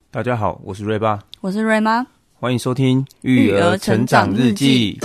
大家好，我是瑞爸， 我是瑞妈， 欢迎收听育儿成长日记。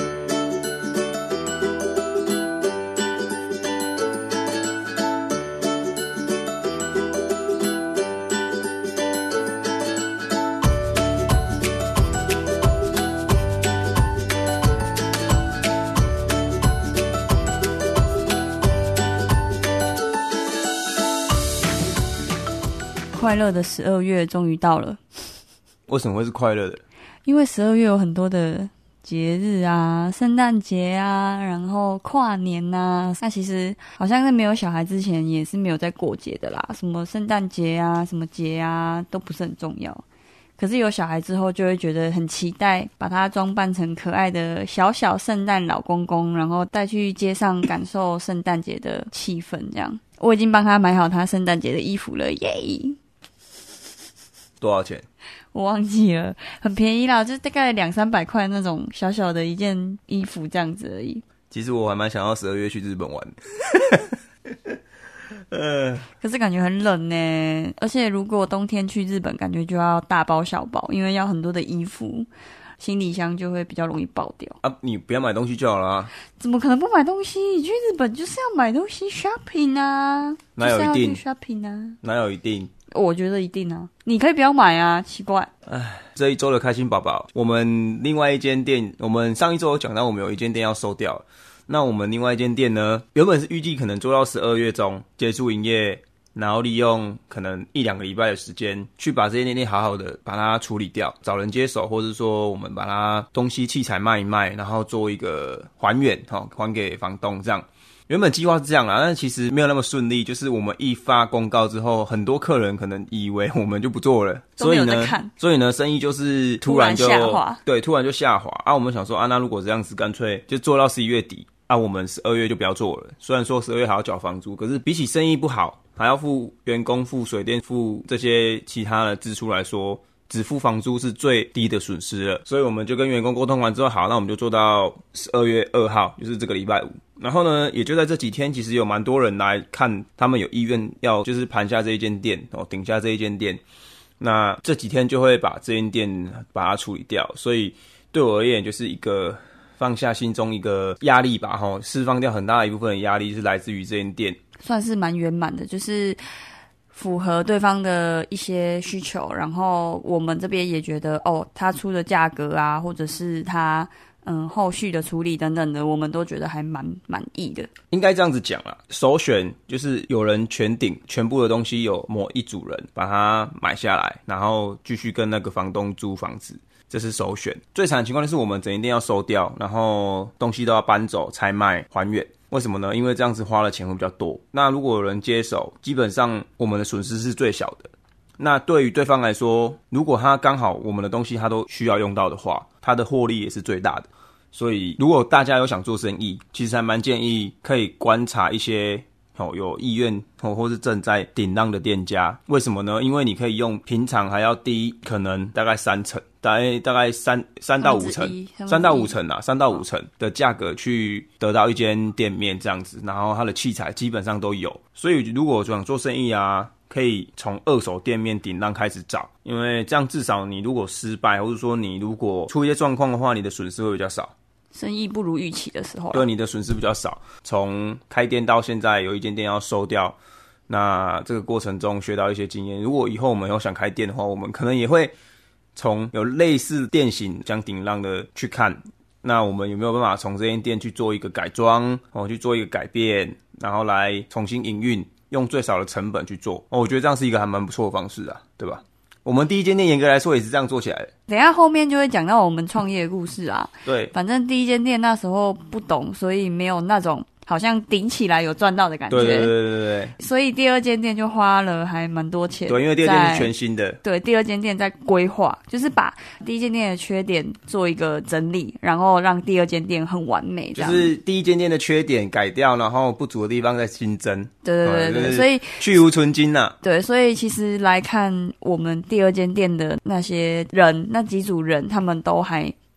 快乐的12月终于到了。 为什么会是快乐的？ 因为12月有很多的节日啊，圣诞节啊，然后跨年啊。那其实好像在没有小孩之前也是没有在过节的啦，什么圣诞节啊，什么节啊都不是很重要。可是有小孩之后就会觉得很期待，把他装扮成可爱的小小圣诞老公公，然后带去街上感受圣诞节的气氛这样。我已经帮他买好他圣诞节的衣服了，耶！ 多少钱？ 我忘记了，很便宜啦，就大概200-300块那种小小的一件衣服这样子而已。 其实我还蛮想要12月去日本玩可是感觉很冷呢，而且如果冬天去日本，感觉就要大包小包，因为要很多的衣服，行李箱就会比较容易爆掉啊！你不要买东西就好了啊！ 怎么可能不买东西？你去日本就是要买东西 shopping 啊， 哪有一定就是要去 shopping 啊？ 哪有一定？ 我觉得一定啊，你可以不要买啊，奇怪。 这一周的开心宝宝，我们另外一间店，我们上一周有讲到我们有一间店要收掉了。那我们另外一间店呢，原本是预计可能做到12月中结束营业，然后利用可能1-2个礼拜的时间去把这间店好好的把它处理掉，找人接手，或者说我们把它东西器材卖一卖，然后做一个还原，还给房东这样。原本计划是这样啦，但其实没有那么顺利。就是我们一发公告之后，很多客人可能以为我们就不做了，所以呢，生意就是突然就下滑， 对，突然就下滑啊。我们想说啊，那如果这样子，干脆就做到11月底啊，我们12月就不要做了。虽然说12月还要缴房租，可是比起生意不好，还要付员工、付水电、付这些其他的支出来说，只付房租是最低的损失了。所以我们就跟员工沟通完之后，好，那我们就做到12月2号，就是这个礼拜五。然后呢，也就在这几天，其实有蛮多人来看，他们有意愿要就是盘下这一间店，顶下这一间店。那这几天就会把这间店把它处理掉，所以对我而言就是一个放下心中一个压力吧，释放掉很大的一部分的压力是来自于这间店， 算是蛮圆满的，就是符合对方的一些需求，然后我们这边也觉得他出的价格啊，或者是他后续的处理等等的，我们都觉得还蛮满意的。 应该这样子讲啦，首选就是有人全顶，全部的东西有某一组人把它买下来，然后继续跟那个房东租房子，这是首选。最惨的情况就是我们整间店要收掉，然后东西都要搬走、拆卖、还原。为什么呢？因为这样子花的钱会比较多。那如果有人接手，基本上我们的损失是最小的。那对于对方来说，如果他刚好我们的东西他都需要用到的话，他的获利也是最大的。所以如果大家有想做生意，其实还蛮建议可以观察一些有意愿或是正在顶浪的店家。为什么呢？因为你可以用平常还要低可能大概3成，大概3到5成，3到5成的价格去得到一间店面这样子，然后它的器材基本上都有。所以如果想做生意啊，可以从二手店面顶浪开始找，因为这样至少你如果失败，或者说你如果出一些状况的话，你的损失会比较少。 生意不如预期的时候， 对，你的损失比较少。从开店到现在有一间店要收掉，那这个过程中学到一些经验。如果以后我们有想开店的话，我们可能也会从有类似店型像顶浪的去看，那我们有没有办法从这间店去做一个改装，去做一个改变，然后来重新营运，用最少的成本去做。我觉得这样是一个还蛮不错的方式啊，对吧？我们第一间店严格来说也是这样做起来的。 等一下后面就会讲到我们创业的故事啊。 对， 反正第一间店那时候不懂，所以没有那种好像顶起来有赚到的感觉。 对。 所以第二间店就花了还蛮多钱。 对，因为第二间是全新的。 对，第二间店在规划，就是把第一间店的缺点做一个整理，然后让第二间店很完美这样。 就是第一间店的缺点改掉，然后不足的地方再新增。 对，所以去无存精啊。 对，所以其实来看我们第二间店的那些人，那几组人，他们都还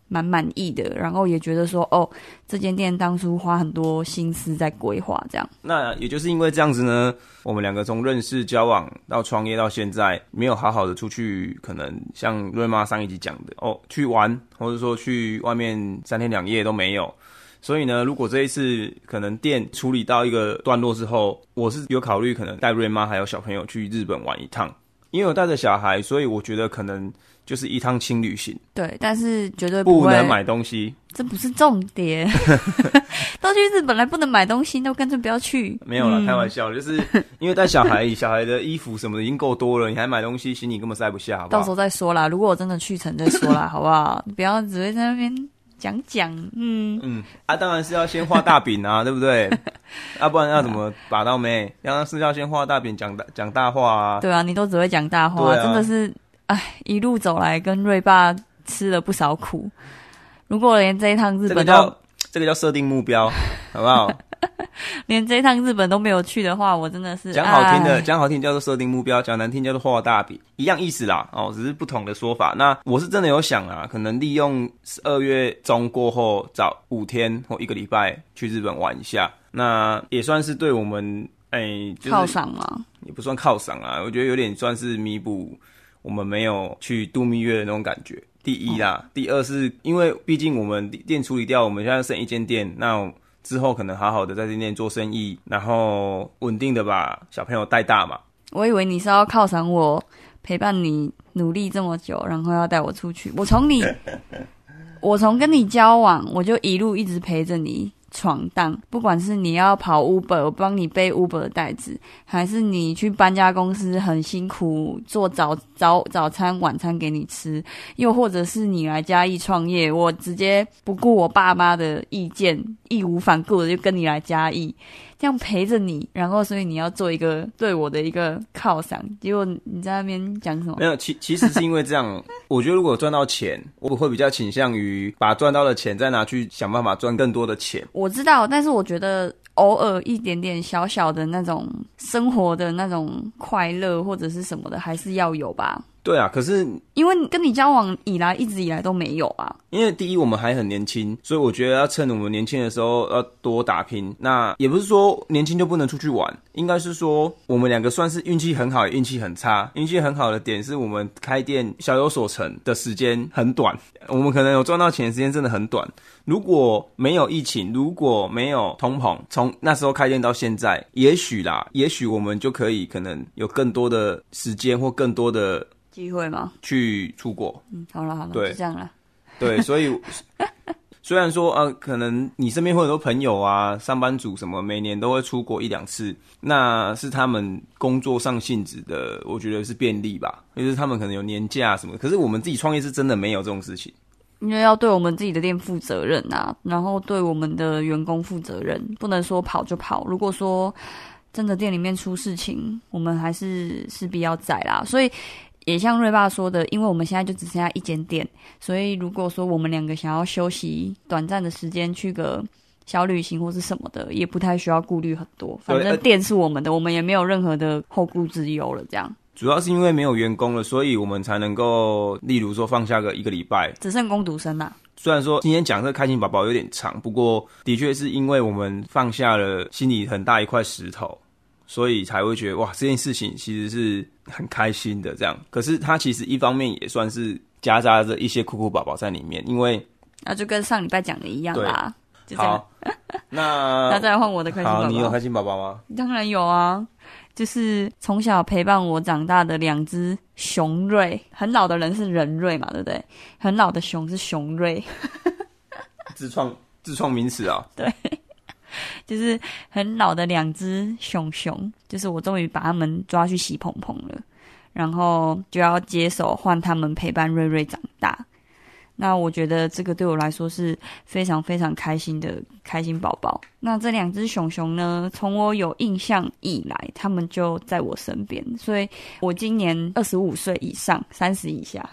蛮满意的，然后也觉得说这间店当初花很多心思在规划这样。 那也就是因为这样子呢，我们两个从认识交往到创业到现在，没有好好的出去，可能像瑞妈上一集讲的去玩，或者说去外面3天2夜都没有。所以呢，如果这一次可能店处理到一个段落之后，我是有考虑可能带瑞妈还有小朋友去日本玩一趟，因为我带着小孩，所以我觉得可能就是一趟轻旅行。 对，但是绝对不能买东西， 这不是重点。都去日本来不能买东西，那干脆不要去。 没有啦，开玩笑，就是因为带小孩，小孩的衣服什么的已经够多了，你还买东西，行李根本塞不下，好不好？ 到时候再说啦，如果我真的去成再说啦，好不好？不要只会在那边讲。 当然是要先画大饼啊，对不对？不然要怎么把到妹？是要先画大饼，讲大话啊。 对啊，你都只会讲大话，真的是，一路走来跟瑞爸吃了不少苦。如果连这一趟日本这个叫设定目标，好不好？ 连这一趟日本都没有去的话，我真的是讲好听叫做设定目标，讲难听叫做画大饼，一样意思啦。只是不同的说法。那我是真的有想啊，可能利用12月中过后找5天或1个礼拜去日本玩一下，那也算是对我们就是犒赏嘛， 也不算犒赏啊，我觉得有点算是弥补我们没有去度蜜月的那种感觉。第一啦，第二是因为毕竟我们店处理掉，我们现在剩1间店，那之后可能好好的在这店做生意，然后稳定的把小朋友带大嘛。 我以为你是要犒赏我陪伴你努力这么久，然后要带我出去。我从跟你交往，我就一路一直陪着你闯荡，不管是你要跑 Uber， 我帮你背 Uber 的袋子，还是你去搬家公司很辛苦做早餐晚餐给你吃，又或者是你来嘉义创业，我直接不顾我爸妈的意见，义无反顾的就跟你来嘉义，这样陪着你，然后所以你要做一个对我的一个犒赏，结果你在那边讲什么？ 没有，其实是因为这样，我觉得如果赚到钱，我会比较倾向于把赚到的钱再拿去想办法赚更多的钱。 我知道，但是我觉得偶尔一点点小小的那种生活的那种快乐或者是什么的，还是要有吧。 对啊，可是因为跟你交往一直以来都没有啊。 因为第一我们还很年轻，所以我觉得要趁我们年轻的时候要多打拼。那也不是说年轻就不能出去玩，应该是说我们两个算是运气很好也运气很差。运气很好的点是我们开店小有所成的时间很短，我们可能有赚到钱的时间真的很短。如果没有疫情，如果没有通膨，从那时候开店到现在，也许我们就可以可能有更多的时间或更多的机会吗？ 去出国。 好了， 对， 就这样了。 对，所以虽然说可能你身边会有很多朋友啊，上班族什么，每年都会出国1-2次，那是他们工作上性质的，我觉得是便利吧，就是他们可能有年假什么的。可是我们自己创业是真的没有这种事情。 因为要对我们自己的店负责任啊，然后对我们的员工负责任，不能说跑就跑。如果说真的店里面出事情，我们还是势必要在啦。所以也像瑞爸说的，因为我们现在就只剩下1间店，所以如果说我们2个想要休息短暂的时间，去个小旅行或是什么的，也不太需要顾虑很多。反正店是我们的，我们也没有任何的后顾之忧了。这样主要是因为没有员工了，所以我们才能够，例如说放下个1个礼拜， 只剩工读生啦。 虽然说今天讲这个开心宝宝有点长，不过的确是因为我们放下了心里很大一块石头，所以才会觉得哇，这件事情其实是很开心的这样。可是它其实一方面也算是夹杂着一些酷酷宝宝在里面，因为就跟上礼拜讲的一样啦。就这样。 好，那再来换我的开心宝宝。 好，你有开心宝宝吗？ 当然有啊，就是从小陪伴我长大的2只雄瑞。很老的人是人瑞嘛，对不对？很老的熊是雄瑞。 自创名词啊。 对，就是很老的2只熊，就是我终于把他们抓去洗蓬蓬了，然后就要接手换他们陪伴瑞瑞长大。那我觉得这个对我来说是非常非常开心的开心宝宝。那这2只熊呢，从我有印象以来，他们就在我身边，所以我今年25岁以上，30以下。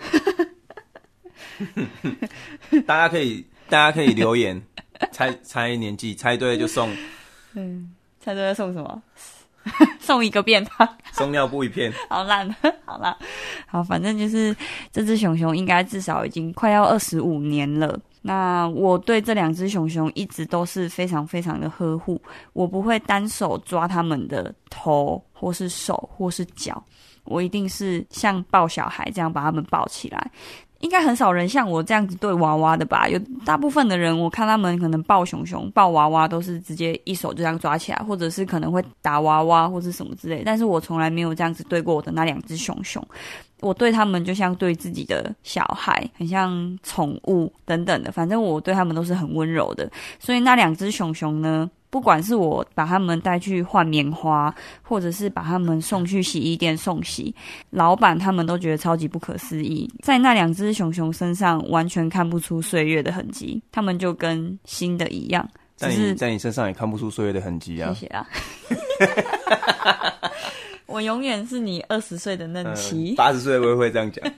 大家可以留言猜年纪，猜对就送。 猜对要送什么？ 送一个便当， 送尿布一片。 好烂，好啦，好，反正就是这只熊熊应该至少已经快要25年了。那我对这2只熊熊一直都是非常非常的呵护，我不会单手抓它们的头或是手或是脚，我一定是像抱小孩这样把它们抱起来。应该很少人像我这样子对娃娃的吧，有大部分的人我看他们可能抱熊熊抱娃娃都是直接一手就这样抓起来，或者是可能会打娃娃或者什么之类的，但是我从来没有这样子对过我的那2只熊熊。我对他们就像对自己的小孩，很像宠物等等的，反正我对他们都是很温柔的。所以那2只熊熊呢，不管是我把他们带去换棉花，或者是把他们送去洗衣店送洗，老板他们都觉得超级不可思议，在那2只熊熊身上完全看不出岁月的痕迹，他们就跟新的一样。 在你身上也看不出岁月的痕迹啊！ 谢谢啊。我永远是你20岁的嫩妻 ，80岁我也会这样讲。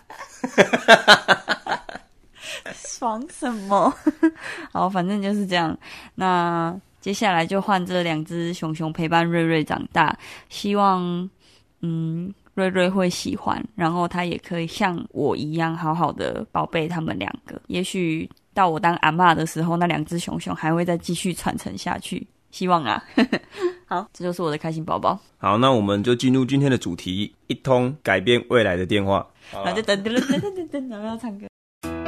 爽什么？好，反正就是这样。那接下来就换这2只熊熊陪伴瑞瑞长大，希望瑞瑞会喜欢，然后他也可以像我一样好好的宝贝他们2个。也许到我当阿嬷的时候，那2只熊熊还会再继续传承下去，希望啊。好，这就是我的开心宝宝。 好，那我们就进入今天的主题，一通改变未来的电话。 然后就等，然后要唱歌。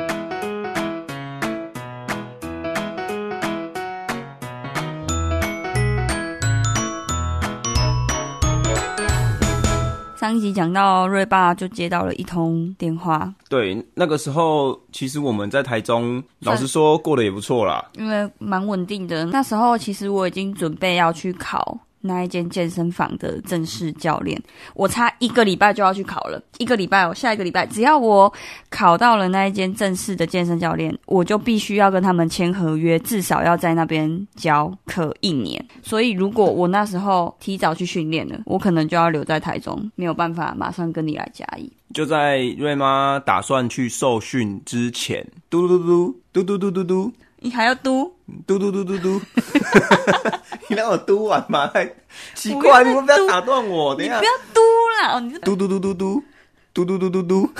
上一集讲到瑞爸就接到了一通电话， 对，那个时候其实我们在台中，老实说过得也不错啦， 因为蛮稳定的。那时候其实我已经准备要去考那一间健身房的正式教练，我差1个礼拜就要去考了。1个礼拜下一个礼拜，只要我考到了那一间正式的健身教练，我就必须要跟他们签合约，至少要在那边教课1年。所以如果我那时候提早去训练了，我可能就要留在台中，没有办法马上跟你来嘉义。 就在瑞妈打算去受训之前，嘟嘟嘟嘟嘟嘟嘟嘟， 你还要嘟嘟嘟嘟嘟嘟。你让我嘟完吧，奇怪，你们不要打断我，等一下。 你不要嘟啦，哦，你是嘟嘟嘟嘟嘟嘟嘟嘟嘟嘟。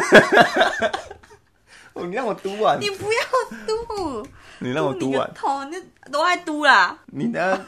哦，你让我嘟完。 你不要嘟。 你让我嘟完。 头，你都爱嘟啦。 你等下。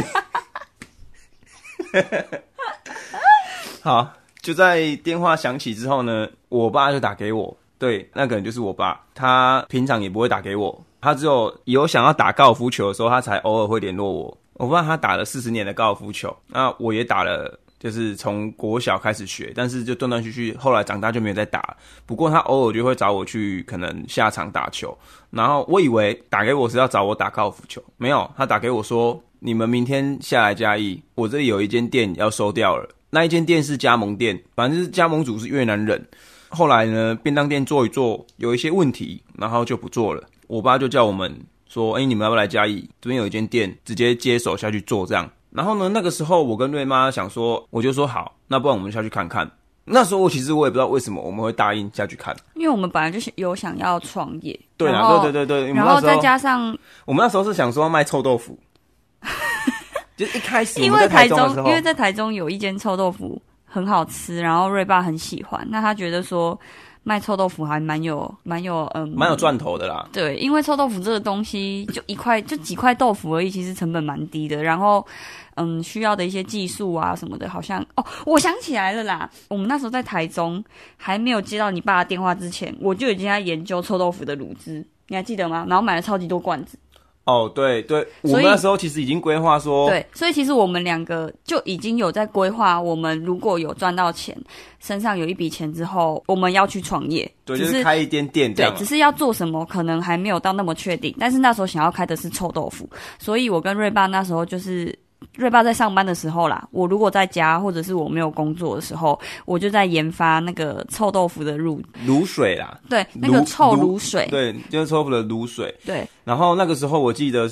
好，就在电话响起之后呢，我爸就打给我。对，那个人就是我爸，他平常也不会打给我，他只有想要打高尔夫球的时候，他才偶尔会联络我。我爸他打了40年的高尔夫球，那我也打了，就是从国小开始学，但是就断断续续，后来长大就没有再打。不过他偶尔就会找我去可能下场打球，然后我以为打给我是要找我打高尔夫球，没有，他打给我说你们明天下来嘉义，我这里有一间店要收掉了。那一间店是加盟店，反正是加盟主是越南人。后来呢，便当店做一做有一些问题，然后就不做了。我爸就叫我们说，你们要不要来嘉义？这边有一间店，直接接手下去做这样。然后呢，那个时候我跟瑞妈想说，我就说好，那不然我们下去看看。那时候其实我也不知道为什么我们会答应下去看， 因为我们本来就有想要创业。 对啊，对， 然后再加上我们那时候是想说要卖臭豆腐。就是一开始我因们在台中的时候， 因为在台中有一间臭豆腐很好吃，然后瑞爸很喜欢，那他觉得说卖臭豆腐还蛮有赚头的啦。 对，因为臭豆腐这个东西就几块豆腐而已，其实成本蛮低的。然后需要的一些技术啊什么的，好像我想起来了啦，我们那时候在台中还没有接到你爸的电话之前，我就已经在研究臭豆腐的卤汁，你还记得吗？然后买了超级多罐子。 对，我们那时候其实已经规划说， 对，所以其实我们2个就已经有在规划，我们如果有赚到钱，身上有一笔钱之后，我们要去创业， 对，就是开一间店这样。 对，只是要做什么，可能还没有到那么确定。但是那时候想要开的是臭豆腐，所以我跟瑞爸那时候就是瑞爸在上班的时候啦，我如果在家或者是我没有工作的时候，我就在研发那个臭豆腐的卤水啦， 对，那个臭卤水， 对，就是臭豆腐的卤水， 对。 然后那个时候我记得是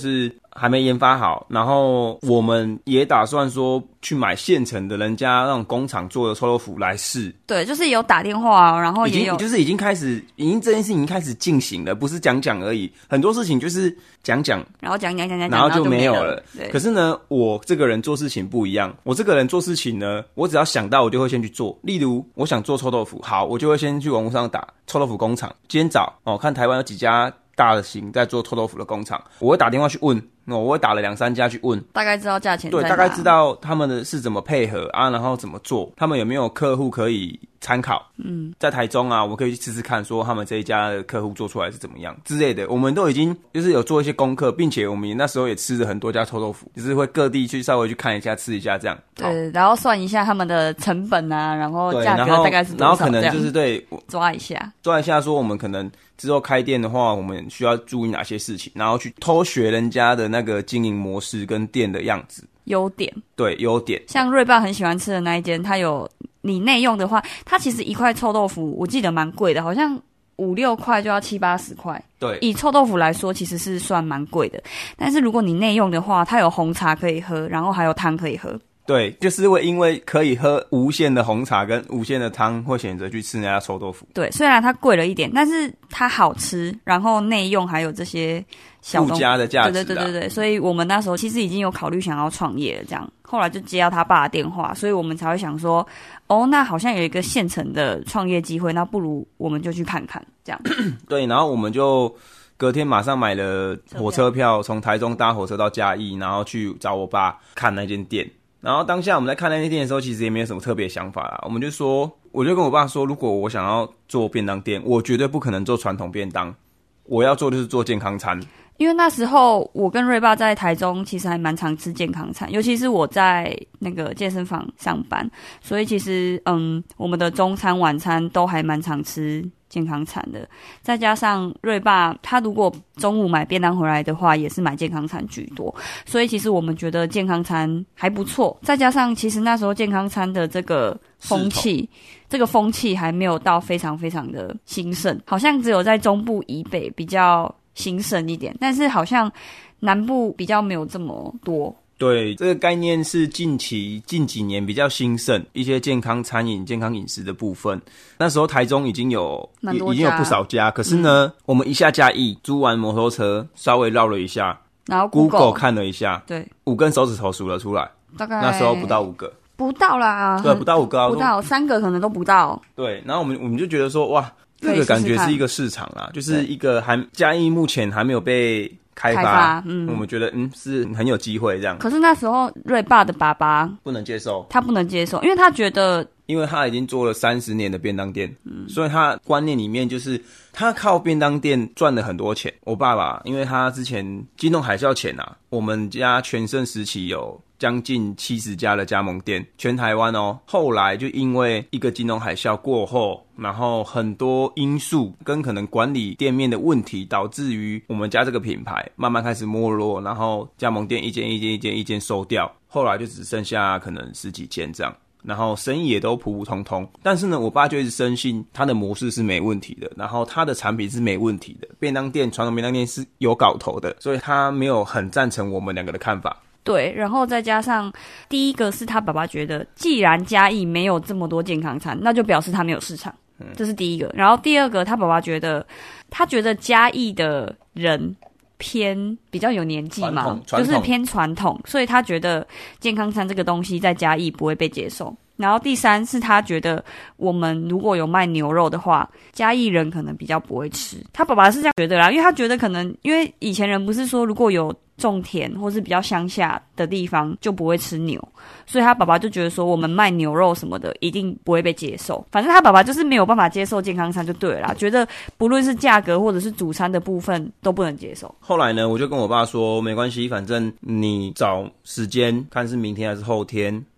还没研发好，然后我们也打算说去买现成的人家那种工厂做的臭豆腐来试。 对，就是有打电话，然后也有就是已经开始，这件事情已经开始进行了，不是讲讲而已。很多事情就是讲讲， 然后讲，然后就没有了。 对。 可是呢，我这个人做事情不一样。我这个人做事情呢，我只要想到，我就会先去做。例如，我想做臭豆腐，好，我就会先去网络上打臭豆腐工厂，今天找看台湾有几家大的型在做臭豆腐的工厂，我会打电话去问。我会打了2-3家去问， 大概知道价钱在哪， 对，大概知道他们的是怎么配合啊，然后怎么做，他们有没有客户可以参考。在台中啊，我可以去试试看，说他们这一家的客户做出来是怎么样之类的。我们都已经就是有做一些功课，并且我们那时候也吃了很多家臭豆腐，就是会各地去稍微去看一下、吃一下这样。 对，然后算一下他们的成本啊，然后价格大概是多少， 然后可能就是对抓一下， 说我们可能之后开店的话，我们需要注意哪些事情，然后去偷学人家的那个经营模式跟店的样子。 优点， 对，优点。 像瑞爸很喜欢吃的那一间，它有你内用的话，它其实一块臭豆腐我记得蛮贵的，好像5-6块就要70-80块。 对， 以臭豆腐来说，其实是算蛮贵的。但是如果你内用的话，它有红茶可以喝，然后还有汤可以喝。 对，就是会因为可以喝无限的红茶跟无限的汤，会选择去吃人家臭豆腐。 对，虽然它贵了一点，但是它好吃，然后内用还有这些小附加的价值。 对，所以我们那时候其实已经有考虑想要创业了，这样后来就接到他爸的电话，所以我们才会想说，那好像有一个现成的创业机会，那不如我们就去看看这样。 对，然后我们就隔天马上买了火车票，从台中搭火车到嘉义，然后去找我爸看那间店。然后当下我们在看那间店的时候，其实也没有什么特别想法啦。我就跟我爸说，如果我想要做便当店，我绝对不可能做传统便当，我要做就是做健康餐。 因为那时候我跟瑞爸在台中，其实还蛮常吃健康餐，尤其是我在那个健身房上班，所以其实我们的中餐、晚餐都还蛮常吃健康餐的。再加上瑞爸他如果中午买便当回来的话，也是买健康餐居多，所以其实我们觉得健康餐还不错。再加上其实那时候健康餐的这个风气还没有到非常非常的兴盛，好像只有在中部以北比较兴盛一点，但是好像南部比较没有这么多。 对，这个概念是近几年比较兴盛，一些健康餐饮、健康饮食的部分。那时候台中已经有不少家，可是呢，我们一下嘉义租完摩托车，稍微绕了一下， 然后 Google 看了一下， 对 ，5根手指头数了出来， 大概那时候不到5个， 不到啦， 对，不到5个， 不到3个可能都不到。 对，然后我们就觉得说，哇，这个感觉是一个市场啦，就是一个嘉义目前还没有被开发，我们觉得是很有机会这样。 可是那时候瑞爸的爸爸不能接受， 他不能接受，因为他觉得， 因为他已经做了30年的便当店，所以他观念里面就是他靠便当店赚了很多钱。我爸爸因为他之前金融海啸前啊，我们家全盛时期有将近70家的加盟店，全台湾哦。后来就因为一个金融海啸过后，然后很多因素跟可能管理店面的问题，导致于我们家这个品牌慢慢开始没落，然后加盟店一间收掉，后来就只剩下可能10几间这样。然后生意也都普普通通，但是呢，我爸就一直深信他的模式是没问题的，然后他的产品是没问题的，传统便当店是有搞头的，所以他没有很赞成我们2个的看法。 对，然后再加上第一个是他爸爸觉得，既然嘉义没有这么多健康餐，那就表示他没有市场，这是第一个。然后第二个，他爸爸觉得嘉义的人偏比较有年纪嘛，就是偏传统，所以他觉得健康餐这个东西在嘉义不会被接受。然后第三是他觉得我们如果有卖牛肉的话，嘉义人可能比较不会吃。他爸爸是这样觉得啦，因为他觉得可能因为以前人不是说如果有种田或是比较乡下的地方就不会吃牛，所以他爸爸就觉得说我们卖牛肉什么的一定不会被接受。反正他爸爸就是没有办法接受健康餐就对了啦，觉得不论是价格或者是主餐的部分都不能接受。 后来呢，我就跟我爸说没关系，反正你找时间看是明天还是后天，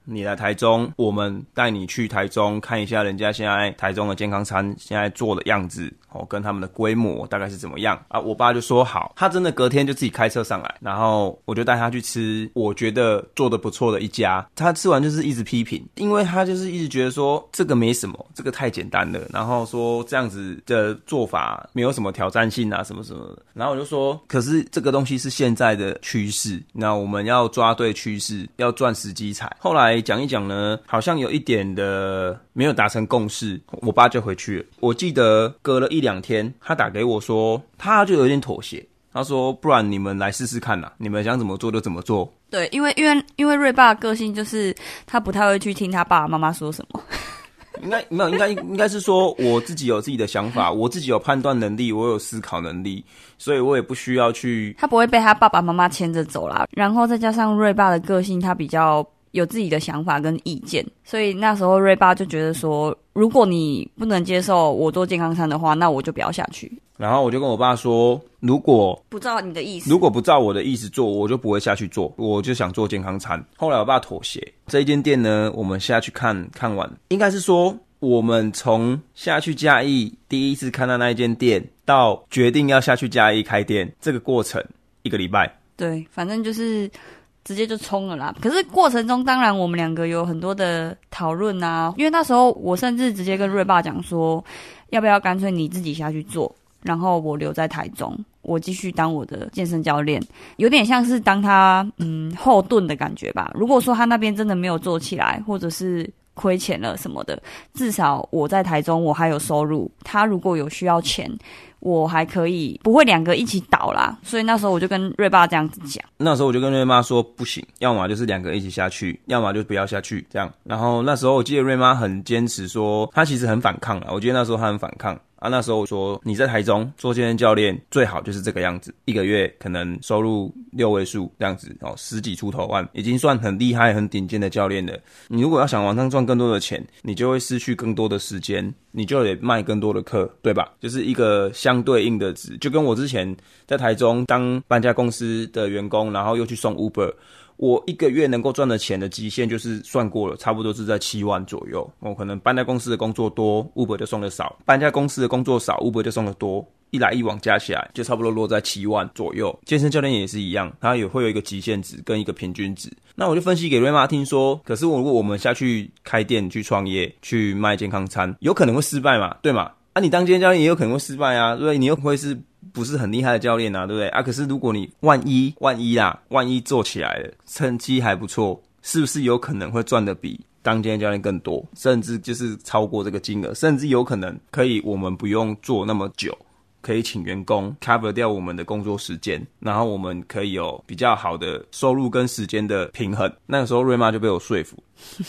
你来台中，我们带你去台中看一下人家现在台中的健康餐现在做的样子跟他们的规模大概是怎么样啊？我爸就说好，他真的隔天就自己开车上来，然后我就带他去吃我觉得做的不错的一家。他吃完就是一直批评，因为他就是一直觉得说这个没什么，这个太简单了，然后说这样子的做法没有什么挑战性啊什么什么的。然后我就说，可是这个东西是现在的趋势，那我们要抓对趋势，要赚时机财。后来讲一讲呢，好像有一点的没有达成共识，我爸就回去了。我记得隔了1-2天，他打给我说，他就有点妥协。他说：“不然你们来试试看啦，你们想怎么做就怎么做。” 对，因为瑞爸的个性就是他不太会去听他爸爸妈妈说什么。 应该没有，应该是说我自己有自己的想法，我自己有判断能力，我有思考能力，所以我也不需要去。 他不会被他爸爸妈妈牵着走啦。然后再加上瑞爸的个性，他比较有自己的想法跟意见，所以那时候瑞爸就觉得说，如果你不能接受我做健康餐的话，那我就不要下去。 然后我就跟我爸说，如果不照你的意思， 如果不照我的意思做，我就不会下去做，我就想做健康餐。后来我爸妥协，这一间店呢，我们下去看完，应该是说我们从下去嘉义第一次看到那一间店，到决定要下去嘉义开店，这个过程1个礼拜。 对，反正就是直接就冲了啦。可是过程中，当然我们两个有很多的讨论啊，因为那时候我甚至直接跟瑞爸讲说，要不要干脆你自己下去做，然后我留在台中，我继续当我的健身教练，有点像是当他后盾的感觉吧。如果说他那边真的没有做起来，或者是亏钱了什么的，至少我在台中我还有收入，他如果有需要钱，我还可以不会2个一起倒啦。所以那时候我就跟瑞爸这样子讲， 那时候我就跟瑞妈说不行，要么就是2个一起下去，要么就不要下去这样。然后那时候我记得瑞妈很坚持说，她其实很反抗啦，我记得那时候她很反抗啊。那时候我说，你在台中做健身教练最好就是这个样子，1个月可能收入6位数这样子10几出头万，已经算很厉害很顶尖的教练了。你如果要想往上赚更多的钱，你就会失去更多的时间，你就得卖更多的课，对吧？就是一个相对应的值。就跟我之前在台中当搬家公司的员工，然后又去送 Uber，我1个月能够赚的钱的极限就是算过了，差不多是在7万左右。我可能搬家公司的工作多 ，Uber 就送的少；搬家公司的工作少 ，Uber 就送的多。一来一往加起来，就差不多落在7万左右。健身教练也是一样，他也会有一个极限值跟一个平均值。那我就分析给瑞妈听说，可是如果我们下去开店、去创业、去卖健康餐，有可能会失败嘛，对嘛？啊，你当健身教练也有可能会失败啊，对不对？你又会是不是很厉害的教练啊，对不对？啊，可是如果你万一做起来了，成绩还不错，是不是有可能会赚得比当健身教练更多，甚至就是超过这个金额，甚至有可能可以我们不用做那么久，可以请员工 cover 掉我们的工作时间，然后我们可以有比较好的收入跟时间的平衡。那个时候瑞妈就被我说服。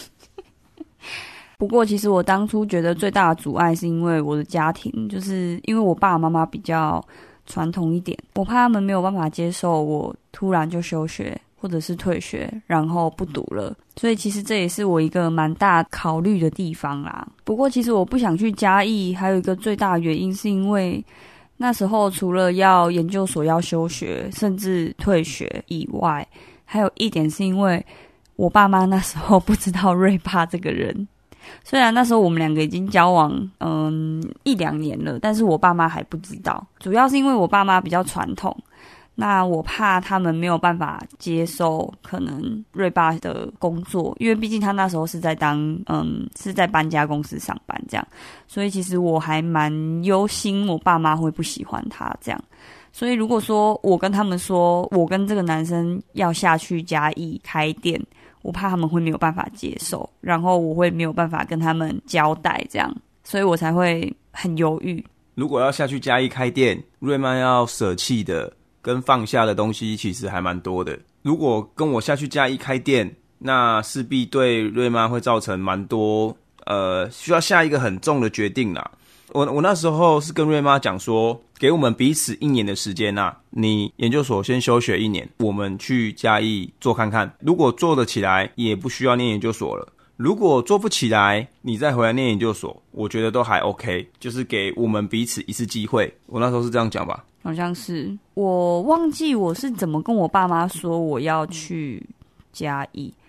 不过其实我当初觉得最大的阻碍是因为我的家庭，就是因为我爸爸妈妈比较传统一点，我怕他们没有办法接受我突然就休学或者是退学然后不读了，所以其实这也是我一个蛮大考虑的地方啦。不过其实我不想去嘉义还有一个最大的原因是因为那时候除了要研究所要休学甚至退学以外，还有一点是因为我爸妈那时候不知道瑞爸这个人。虽然那时候我们2个已经交往1-2年了，但是我爸妈还不知道，主要是因为我爸妈比较传统，那我怕他们没有办法接受可能瑞爸的工作，因为毕竟他那时候是在是在搬家公司上班这样，所以其实我还蛮忧心我爸妈会不喜欢他这样。所以如果说我跟他们说我跟这个男生要下去嘉义开店，我怕他们会没有办法接受，然后我会没有办法跟他们交代这样，所以我才会很犹豫。 如果要下去嘉义开店，瑞妈要舍弃的跟放下的东西其实还蛮多的。如果跟我下去嘉义开店，那势必对瑞妈会造成蛮多需要下一个很重的决定啦。我那时候是跟瑞妈讲说，给我们彼此1年的时间啊，你研究所先休学1年，我们去嘉义做看看，如果做得起来也不需要念研究所了，如果做不起来你再回来念研究所，我觉得都还 OK， 就是给我们彼此一次机会。我那时候是这样讲吧， 好像是，我忘记我是怎么跟我爸妈说我要去嘉义，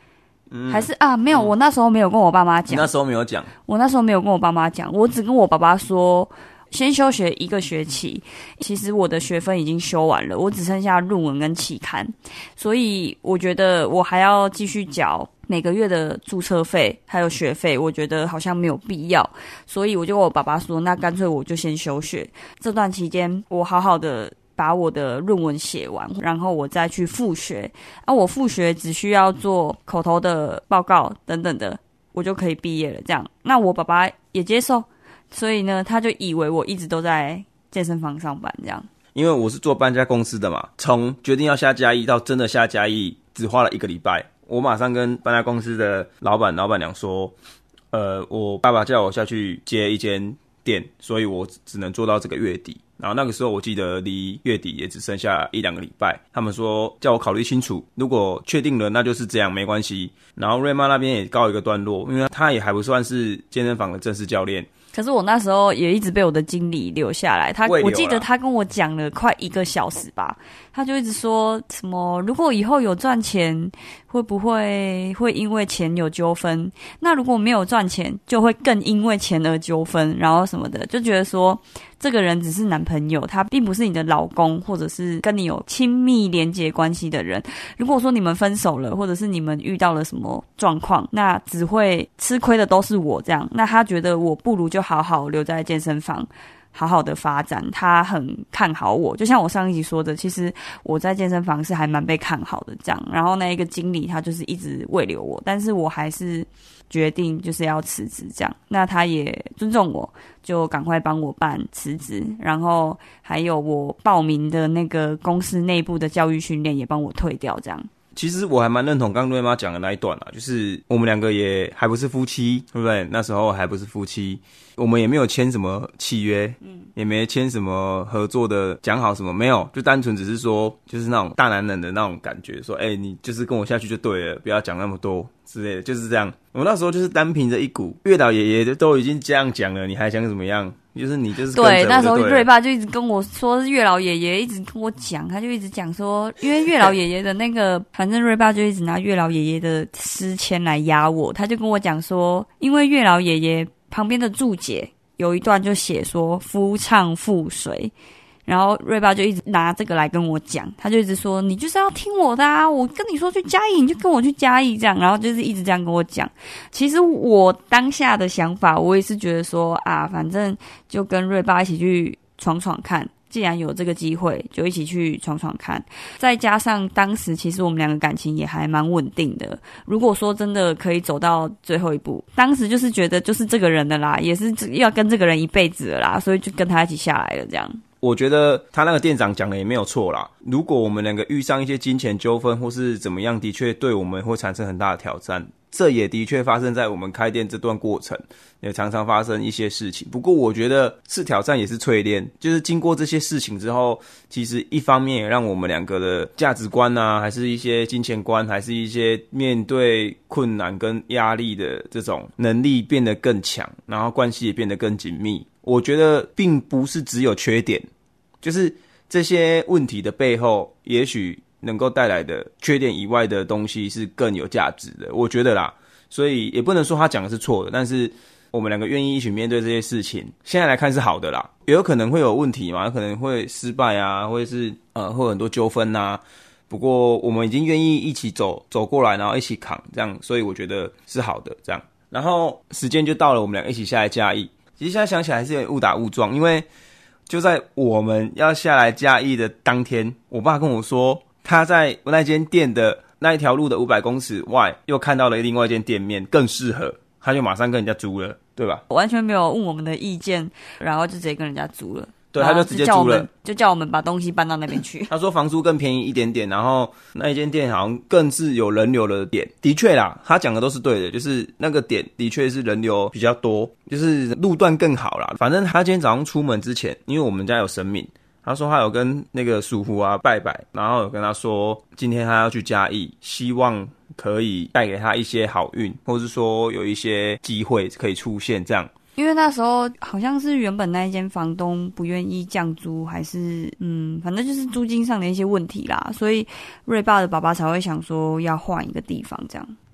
还是啊没有，我那时候没有跟我爸妈讲， 你那时候没有讲， 我那时候没有跟我爸妈讲，我只跟我爸爸说。先休学1个学期，其实我的学分已经修完了，我只剩下论文跟期刊，所以我觉得我还要继续缴每个月的注册费还有学费，我觉得好像没有必要，所以我就跟我爸爸说，那干脆我就先休学，这段期间我好好的把我的论文写完，然后我再去复学，我复学只需要做口头的报告等等的，我就可以毕业了这样。那我爸爸也接受，所以呢，他就以为我一直都在健身房上班这样。 因为我是做搬家公司的嘛，从决定要下嘉义到真的下嘉义，只花了1个礼拜。我马上跟搬家公司的老板娘说，我爸爸叫我下去接一间店，所以我只能做到这个月底。然后那个时候我记得离月底也只剩下1-2个礼拜，他们说叫我考虑清楚，如果确定了那就是这样没关系。然后瑞妈那边也告一个段落，因为他也还不算是健身房的正式教练。 可是我那时候也一直被我的经理留下来，我记得他跟我讲了快1个小时吧，他就一直说什么如果以后有赚钱会不会因为钱有纠纷，那如果没有赚钱就会更因为钱而纠纷，然后什么的，就觉得说这个人只是男朋友，他并不是你的老公或者是跟你有亲密连结关系的人，如果说你们分手了或者是你们遇到了什么状况，那只会吃亏的都是我这样，那他觉得我不如就好好留在健身房好好的发展，他很看好我，就像我上一集说的，其实我在健身房是还蛮被看好的这样，然后那一个经理他就是一直慰留我，但是我还是决定就是要辞职这样，那他也尊重我，就赶快帮我办辞职，然后还有我报名的那个公司内部的教育训练也帮我退掉这样。 其实我还蛮认同刚刚瑞妈讲的那一段啦，就是我们2个也还不是夫妻，对不对？那时候还不是夫妻，我们也没有签什么契约，也没签什么合作的讲好什么，没有，就单纯只是说，就是那种大男人的那种感觉，说，你就是跟我下去就对了，不要讲那么多之类的，就是这样。我那时候就是单凭着一股月老爷爷都已经这样讲了，你还想怎么样？就是你就是跟着我就对了。 对，那时候瑞爸就一直跟我说，月老爷爷一直跟我讲，他就一直讲说，因为月老爷爷的那个，反正瑞爸就一直拿月老爷爷的诗签来压我，他就跟我讲说，因为月老爷爷旁边的注解有一段就写说夫唱妇随。然后瑞爸就一直拿这个来跟我讲，他就一直说你就是要听我的啊，我跟你说去嘉义你就跟我去嘉义这样，然后就是一直这样跟我讲。其实我当下的想法我也是觉得说啊，反正就跟瑞爸一起去闯闯看，既然有这个机会就一起去闯闯看，再加上当时其实我们2个感情也还蛮稳定的，如果说真的可以走到最后一步，当时就是觉得就是这个人的啦，也是要跟这个人一辈子了啦，所以就跟他一起下来了这样。 我觉得他那个店长讲的也没有错啦，如果我们2个遇上一些金钱纠纷或是怎么样，的确对我们会产生很大的挑战，这也的确发生在我们开店这段过程，也常常发生一些事情。不过我觉得是挑战也是淬炼，就是经过这些事情之后，其实一方面也让我们2个的价值观啊，还是一些金钱观，还是一些面对困难跟压力的这种能力变得更强，然后关系也变得更紧密。我觉得并不是只有缺点，就是这些问题的背后也许能够带来的缺点以外的东西是更有价值的，我觉得啦。所以也不能说他讲的是错的，但是我们2个愿意一起面对这些事情，现在来看是好的啦。也有可能会有问题嘛，有可能会失败啊，或者是会有很多纠纷啊，不过我们已经愿意一起走过来，然后一起扛这样，所以我觉得是好的这样。然后时间就到了，我们2个一起下来嘉义。其实现在想起来还是有点误打误撞，因为就在我们要下来嘉义的当天，我爸跟我说他在那间店的那一条路的500公尺外又看到了另外一间店面更适合，他就马上跟人家租了，对吧？ 我完全没有问我们的意见，然后就直接跟人家租了。 对，他就直接租了， 就叫我们把东西搬到那边去。 他说房租更便宜一点点，然后那一间店好像更是有人流的点。的确啦，他讲的都是对的，就是那个点的确是人流比较多，就是路段更好啦。反正他今天早上出门之前，因为我们家有神明，他说他有跟那个属虎啊拜拜，然后有跟他说今天他要去嘉义，希望可以带给他一些好运，或是说有一些机会可以出现这样。 因为那时候好像是原本那一间房东不愿意降租，还是反正就是租金上的一些问题啦，所以瑞爸的爸爸才会想说要换一个地方这样。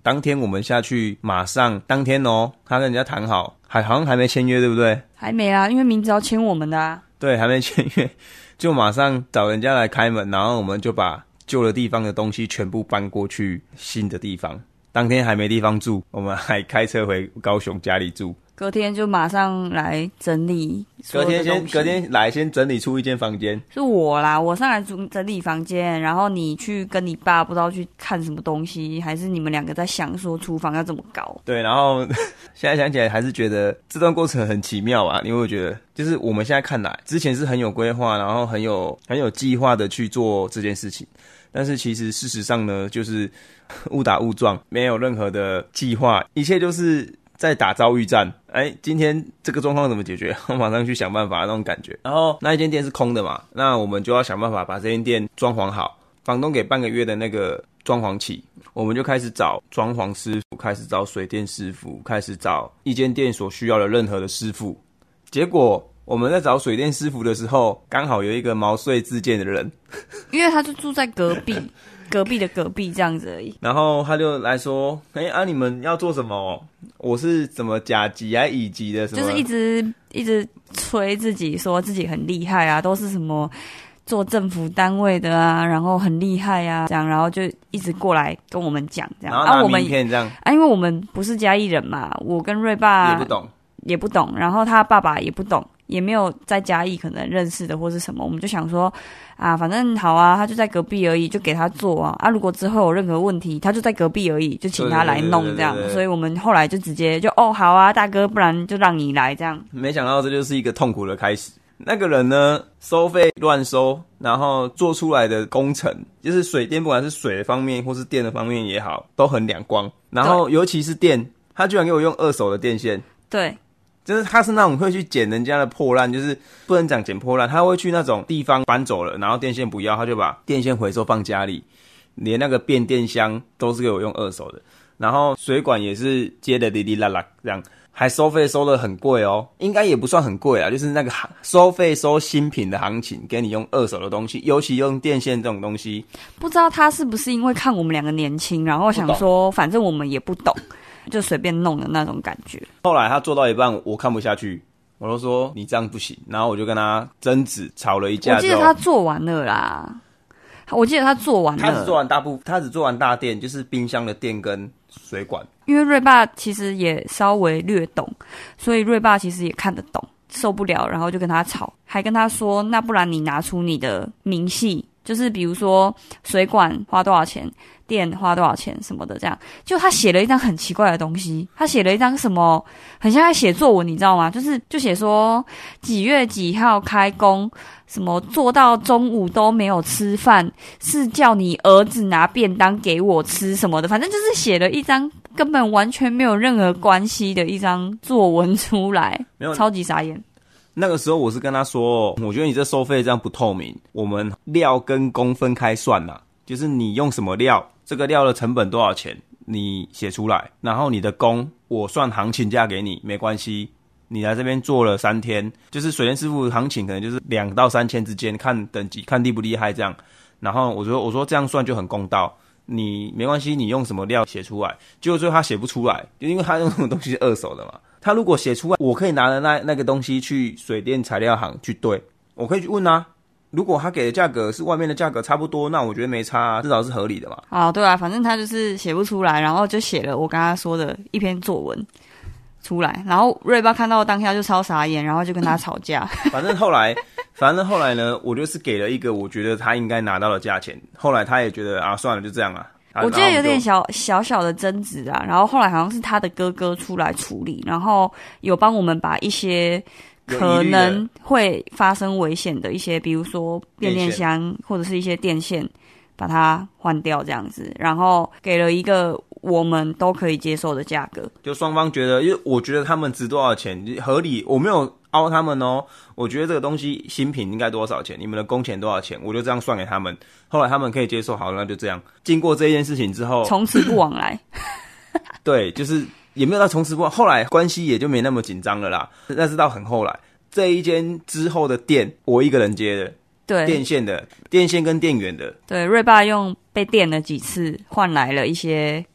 当天我们下去，马上当天他跟人家谈好，好像还没签约，对不对？ 还没啊，因为名字要签我们的啊。 对，还没签约，就马上找人家来开门，然后我们就把旧的地方的东西全部搬过去新的地方。当天还没地方住，我们还开车回高雄家里住。 隔天就马上来整理所有的东西。 隔天来先整理出一间房间， 是我啦，我上来整理房间，然后你去跟你爸不知道去看什么东西，还是你们两个在想说厨房要怎么搞？ 对，然后现在想起来还是觉得这段过程很奇妙啊，因为我觉得就是我们现在看来，之前是很有规划，然后很有计划的去做这件事情，但是其实事实上呢，就是误打误撞，没有任何的计划，一切就是在打遭遇战。今天这个状况怎么解决？我马上去想办法那种感觉。然后那一间店是空的嘛，那我们就要想办法把这间店装潢好。房东给半个月的那个装潢期，我们就开始找装潢师傅，开始找水电师傅，开始找一间店所需要的任何的师傅。结果我们在找水电师傅的时候，刚好有一个毛遂自荐的人， 因为他就住在隔壁。隔壁的隔壁这样子而已， 然后他就来说：“你们要做什么？我是怎么甲级还乙级的？什么？” 就是一直吹自己，说自己很厉害啊，都是什么做政府单位的啊，然后很厉害啊，这样，然后就一直过来跟我们讲这样。 然后拿名片这样因为我们不是嘉义人嘛，我跟瑞爸也不懂，然后他爸爸也不懂。也没有在嘉义可能认识的或是什么，我们就想说啊，反正好啊，他就在隔壁而已，就给他做啊。如果之后有任何问题，他就在隔壁而已，就请他来弄这样。所以我们后来就直接就好啊，大哥，不然就让你来这样。 没想到这就是一个痛苦的开始。那个人呢，收费乱收，然后做出来的工程，就是水电，不管是水的方面或是电的方面也好，都很两光。然后尤其是电，他居然给我用二手的电线。 对。 就是他是那种会去捡人家的破烂，就是不能讲捡破烂，他会去那种地方搬走了，然后电线不要，他就把电线回收放家里，连那个变电箱都是给我用二手的，然后水管也是接的哩哩啦啦这样，还收费收得很贵哦，应该也不算很贵啦，就是那个收费收新品的行情，给你用二手的东西，尤其用电线这种东西， 不知道他是不是因为看我们两个年轻，然后想说反正我们也不懂。就随便弄的那种感觉。 后来他做到一半，我看不下去，我就说你这样不行，然后我就跟他争执，吵了一架。 我记得他做完了啦，他只做完大电，就是冰箱的电跟水管。因为瑞爸其实也稍微略懂，所以瑞爸其实也看得懂，受不了，然后就跟他吵，还跟他说，那不然你拿出你的明细。就是比如说水管花多少钱，电花多少钱什么的，这样。就他写了一张很奇怪的东西，他写了一张什么，很像在写作文，你知道吗？就写说几月几号开工，什么做到中午都没有吃饭，是叫你儿子拿便当给我吃什么的，反正就是写了一张根本完全没有任何关系的一张作文出来，超级傻眼。 那个时候我是跟他说，我觉得你这收费这样不透明，我们料跟工分开算啦，就是你用什么料，这个料的成本多少钱，你写出来，然后你的工我算行情价给你，没关系，你来这边做了3天，就是水电师傅行情可能就是2到3千之间，看等级，看厉不厉害这样。然后我说这样算就很公道，你没关系，你用什么料写出来，结果最后他写不出来，就因为他用这种东西是二手的嘛。他如果写出来，我可以拿着那个东西去水电材料行去对，我可以去问啊。如果他给的价格是外面的价格差不多，那我觉得没差啊，至少是合理的嘛。 啊，对啊，反正他就是写不出来，然后就写了我跟他说的一篇作文出来，然后瑞爸看到当下就超傻眼，然后就跟他吵架。 反正后来呢，我就是给了一个我觉得他应该拿到的价钱，后来他也觉得啊，算了，就这样啊。 我觉得有点小的争执啊，然后后来好像是他的哥哥出来处理，然后有帮我们把一些可能会发生危险的一些，比如说变电箱或者是一些电线，把它换掉这样子，然后给了一个我们都可以接受的价格。 就双方觉得，因为我觉得他们值多少钱合理，我没有凹他们哦。我觉得这个东西新品应该多少钱，你们的工钱多少钱，我就这样算给他们。后来他们可以接受，好，那就这样。经过这件事情之后， 从此不往来。 对，就是也没有到从此不往，后来关系也就没那么紧张了啦。但是到很后来，这一间之后的店，我一个人接的。对，电线跟电源的。 对，瑞爸用被电了几次，换来了一些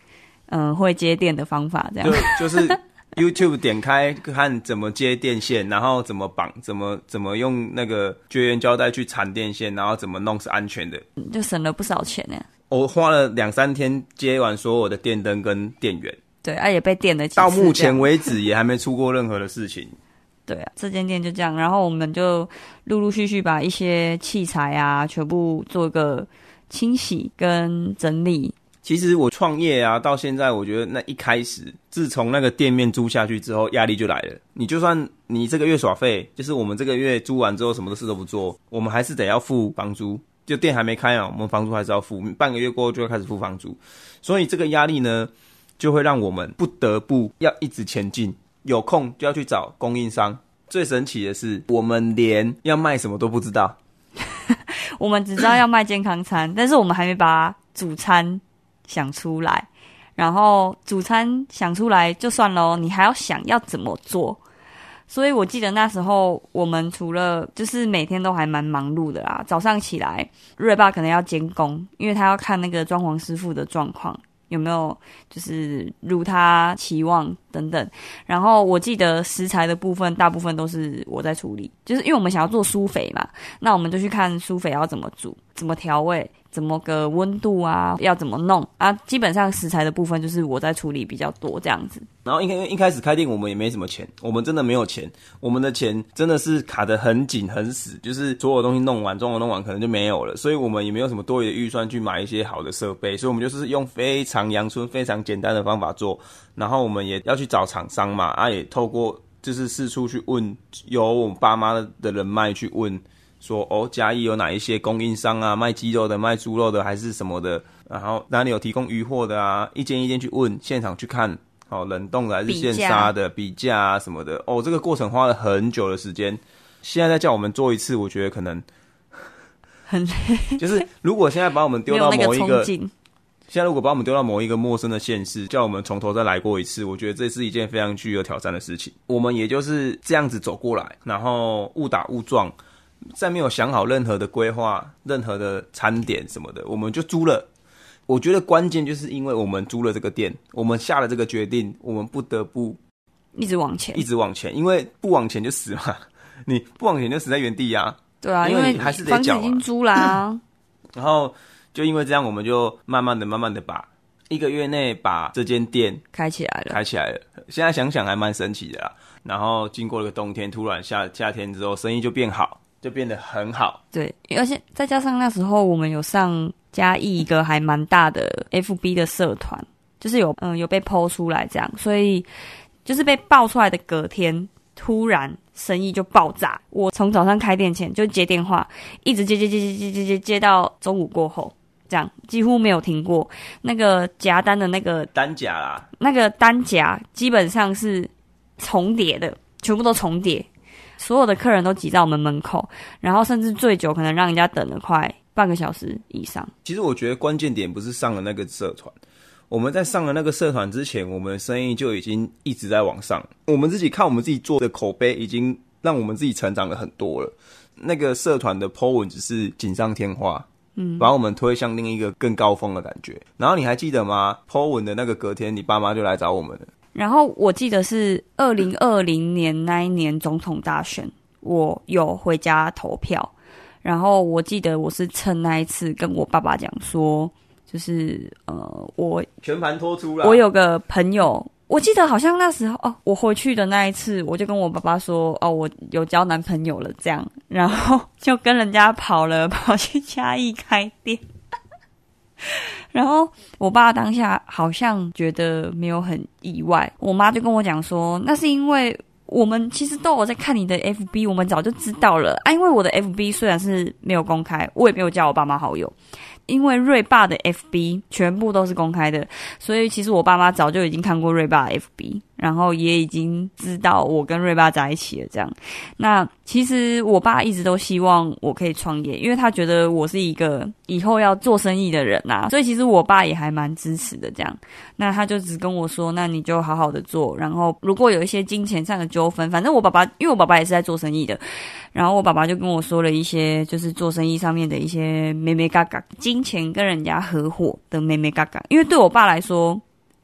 会接电的方法，这样就是 YouTube 点开看怎么接电线，然后怎么绑，怎么用那个绝缘胶带去缠电线，然后怎么弄是安全的， 就省了不少钱呢。 我花了2-3天接完所有的电灯跟电源， 对，也被电了几次， 到目前为止也还没出过任何的事情。 对啊，这间店就这样，然后我们就陆陆续续把一些器材啊全部做个清洗跟整理。 其实我创业啊，到现在我觉得那一开始，自从那个店面租下去之后，压力就来了。你就算你这个月耍废，就是我们这个月租完之后什么事都不做，我们还是得要付房租。就店还没开啊，我们房租还是要付，半个月过后就会开始付房租。所以这个压力呢，就会让我们不得不要一直前进，有空就要去找供应商。最神奇的是，我们连要卖什么都不知道。 我们只知道要卖健康餐，但是我们还没把主餐想出来。然后主餐想出来就算咯，你还要想要怎么做。所以我记得那时候我们除了就是每天都还蛮忙碌的啦，早上起来瑞爸可能要监工，因为他要看那个装潢师傅的状况有没有就是如他期望等等。然后我记得食材的部分大部分都是我在处理，就是因为我们想要做酥肥嘛，那我们就去看酥肥要怎么煮，怎么调味，怎么个温度啊，要怎么弄啊，基本上食材的部分就是我在处理比较多这样子。 然后一开始开店我们也没什么钱，我们真的没有钱，我们的钱真的是卡得很紧很死，就是所有东西弄完装潢弄完可能就没有了，所以我们也没有什么多余的预算去买一些好的设备，所以我们就是用非常阳春非常简单的方法做。然后我们也要去找厂商嘛，也透过就是四处去问，由我们爸妈的人脉去问说嘉义有哪一些供应商啊，卖鸡肉的卖猪肉的还是什么的，然后哪里有提供鱼货的啊，一间一间去问，现场去看冷冻的还是现杀的比价啊什么的这个过程花了很久的时间。现在再叫我们做一次，我觉得可能很累。 就是如果现在把我们丢到某一个现在如果把我们丢到某一个陌生的县市，叫我们从头再来过一次，我觉得这是一件非常具有挑战的事情。我们也就是这样子走过来，然后误打误撞，在没有想好任何的规划、任何的餐点什么的，我们就租了。我觉得关键就是因为我们租了这个店，我们下了这个决定，我们不得不一直往前， 一直往前，因为不往前就死嘛，你不往前就死在原地啊。 对啊，因为你还是得缴房子已经租啦。 然后就因为这样，我们就慢慢的把1个月内把这间店开起来了。 现在想想还蛮神奇的啦。然后经过了个冬天，突然夏天之后，生意就变好，就变得很好。 对，而且再加上那时候我们有上嘉义一个还蛮大的 FB 的社团，就是有被 po 出来这样，所以就是被爆出来的隔天，突然生意就爆炸。我从早上开店前就接电话，一直接到中午过后，这样几乎没有停过。那个夹单的那个单夹啦， 那个单夹基本上是重叠的，全部都重叠。所有的客人都挤在我们门口，然后甚至最久可能让人家等了快半个小时以上。 其实我觉得关键点不是上了那个社团，我们在上了那个社团之前，我们的生意就已经一直在往上。我们自己看我们自己做的口碑，已经让我们自己成长了很多了。那个社团的 po 文只是锦上添花，把我们推向另一个更高峰的感觉。然后你还记得吗？ po 文的那个隔天，你爸妈就来找我们了。 然后我记得是2020年那一年总统大选，我有回家投票。然后我记得我是趁那一次跟我爸爸讲说，就是我全盘托出了。 我有个朋友，我记得好像那时候我回去的那一次，我就跟我爸爸说我有交男朋友了这样，然后就跟人家跑去嘉义开店。然后我爸当下好像觉得没有很意外，我妈就跟我讲说，那是因为我们其实都有在看你的 FB， 我们早就知道了因为我的 FB 虽然是没有公开，我也没有加我爸妈好友，因为瑞爸的 FB 全部都是公开的，所以其实我爸妈早就已经看过瑞爸的 FB， 然后也已经知道我跟瑞爸在一起了这样。那其实我爸一直都希望我可以创业，因为他觉得我是一个以后要做生意的人所以其实我爸也还蛮支持的这样。那他就只跟我说，那你就好好的做，然后如果有一些金钱上的纠纷，反正我爸爸因为我爸爸也是在做生意的，然后我爸爸就跟我说了一些就是做生意上面的一些妹妹嘎嘎，金钱跟人家合伙的妹妹嘎嘎。因为对我爸来说，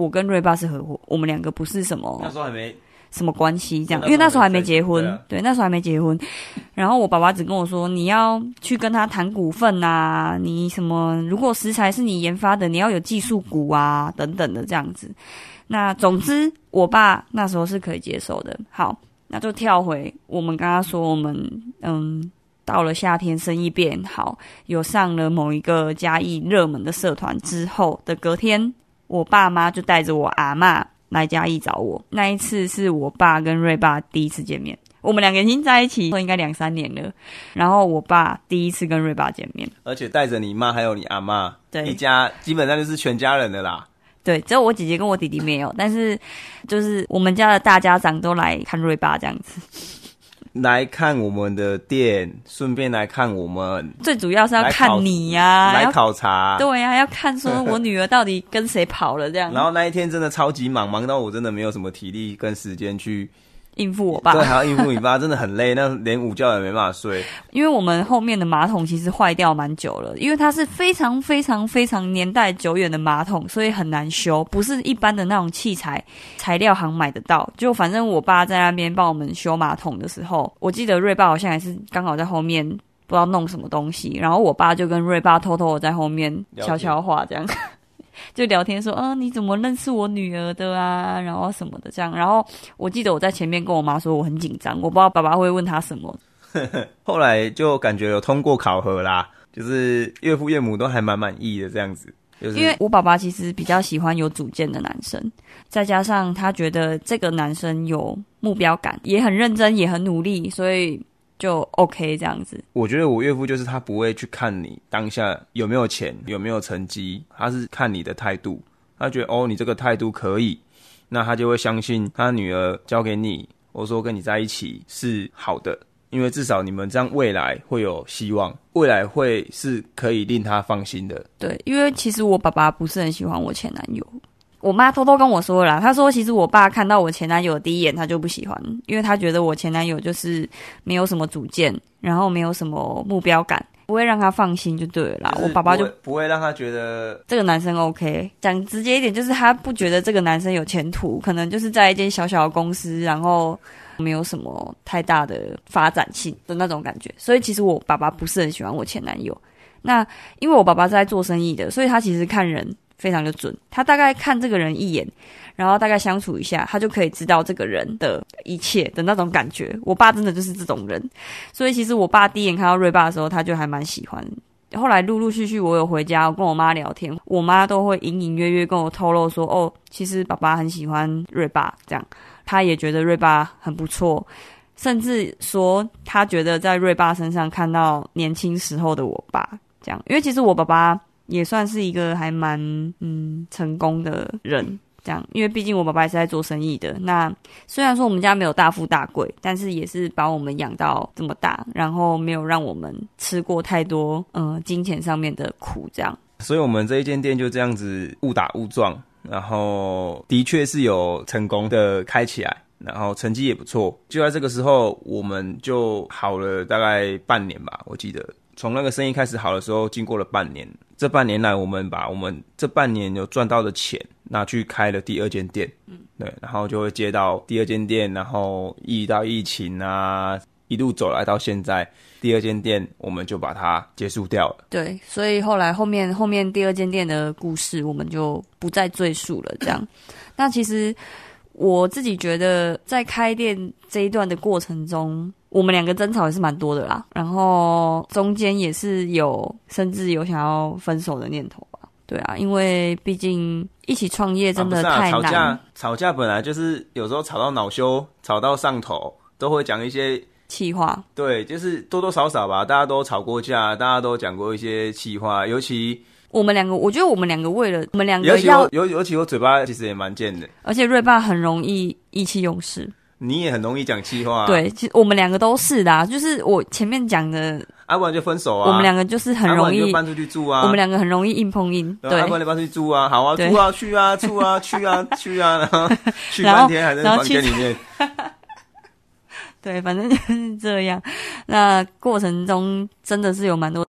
我跟瑞爸是合伙，我们两个不是什么那时候还没什么关系这样，因为那时候还没结婚，对，那时候还没结婚。然后我爸爸只跟我说，你要去跟他谈股份啊，你什么如果食材是你研发的，你要有技术股啊等等的这样子。那总之我爸那时候是可以接受的。好，那就跳回我们刚刚说我们到了夏天生意变好，有上了某一个嘉义热门的社团之后的隔天，我爸妈就带着我阿嬷来嘉义找我。那一次是我爸跟瑞爸第一次见面，我们两个已经在一起应该2-3年了，然后我爸第一次跟瑞爸见面， 而且带着你妈还有你阿嬷， 对， 一家基本上就是全家人的啦。 对，只有我姐姐跟我弟弟没有，但是就是我们家的大家长都来看瑞爸这样子， 来看我们的店，顺便来看我们， 最主要是要看你呀、 来考察， 对呀、要看说我女儿到底跟谁跑了这样。 然后那一天真的超级忙，忙到我真的没有什么体力跟时间去应付我爸， 对，还要应付你爸，真的很累，那连午觉也没办法睡。 因为我们后面的马桶其实坏掉蛮久了，因为它是非常非常非常年代久远的马桶，所以很难修，不是一般的那种器材材料行买得到。就反正我爸在那边帮我们修马桶的时候，我记得瑞爸好像也是刚好在后面不知道弄什么东西，然后我爸就跟瑞爸偷偷的在后面悄悄话这样。就聊天说，你怎么认识我女儿的啊？然后什么的这样。然后我记得我在前面跟我妈说我很紧张，我不知道爸爸会问他什么。 后来就感觉有通过考核啦，就是岳父岳母都还蛮满意的这样子。就是因为我爸爸其实比较喜欢有主见的男生，再加上他觉得这个男生有目标感，也很认真，也很努力，所以就 OK 这样子。 我觉得我岳父就是他不会去看你当下有没有钱有没有成绩，他是看你的态度，他觉得你这个态度可以，那他就会相信他女儿交给你或者说跟你在一起是好的，因为至少你们这样未来会有希望，未来会是可以令他放心的。 对，因为其实我爸爸不是很喜欢我前男友，我妈偷偷跟我说了啦，她说其实我爸看到我前男友的第一眼他就不喜欢，因为他觉得我前男友就是没有什么主见，然后没有什么目标感，不会让他放心就对了啦。我爸爸就不会让他觉得这个男生 OK， 讲直接一点就是他不觉得这个男生有前途，可能就是在一间小小的公司，然后没有什么太大的发展性的那种感觉。所以其实我爸爸不是很喜欢我前男友。那因为我爸爸是在做生意的，所以他其实看人非常的准，他大概看这个人一眼，然后大概相处一下，他就可以知道这个人的一切的那种感觉。我爸真的就是这种人，所以其实我爸第一眼看到瑞爸的时候，他就还蛮喜欢。后来陆陆续续我有回家，我跟我妈聊天，我妈都会隐隐约约跟我透露说，其实爸爸很喜欢瑞爸，这样他也觉得瑞爸很不错，甚至说他觉得在瑞爸身上看到年轻时候的我爸，这样。因为其实我爸爸也算是一个还蛮成功的人，这样，因为毕竟我爸爸也是在做生意的。那虽然说我们家没有大富大贵，但是也是把我们养到这么大，然后没有让我们吃过太多金钱上面的苦，这样。 所以我们这一间店就这样子误打误撞，然后的确是有成功的开起来，然后成绩也不错。就在这个时候，我们就好了大概半年吧，我记得。从那个生意开始好的时候，经过了半年，这半年来我们把我们这半年有赚到的钱拿去开了第二间店，对，然后就会接到第二间店，然后遇到疫情啊，一路走来到现在，第二间店我们就把它结束掉了。 对，所以后面第二间店的故事我们就不再赘述了，这样。那其实我自己觉得在开店这一段的过程中，我们两个争吵也是蛮多的啦，然后中间也是甚至有想要分手的念头吧。对啊，因为毕竟一起创业真的太难。 吵架本来就是有时候吵到恼羞，吵到上头，都会讲一些气话。对， 就是多多少少吧，大家都吵过架，大家都讲过一些气话，尤其我们两个，我觉得我们两个为了我们两个要， 尤其我嘴巴其实也蛮贱的， 而且瑞爸很容易意气用事。 你也很容易讲气话对，其实我们两个都是的就是我前面讲的， 不然就分手啊。 我们两个就是很容易， 就搬出去住啊。 我们两个很容易硬碰硬，对。 不然就搬出去住啊，好啊，住啊，去啊，住啊，去啊，去啊，然后去半天还在房间里面。对， 反正就是这样。那过程中真的是有蛮多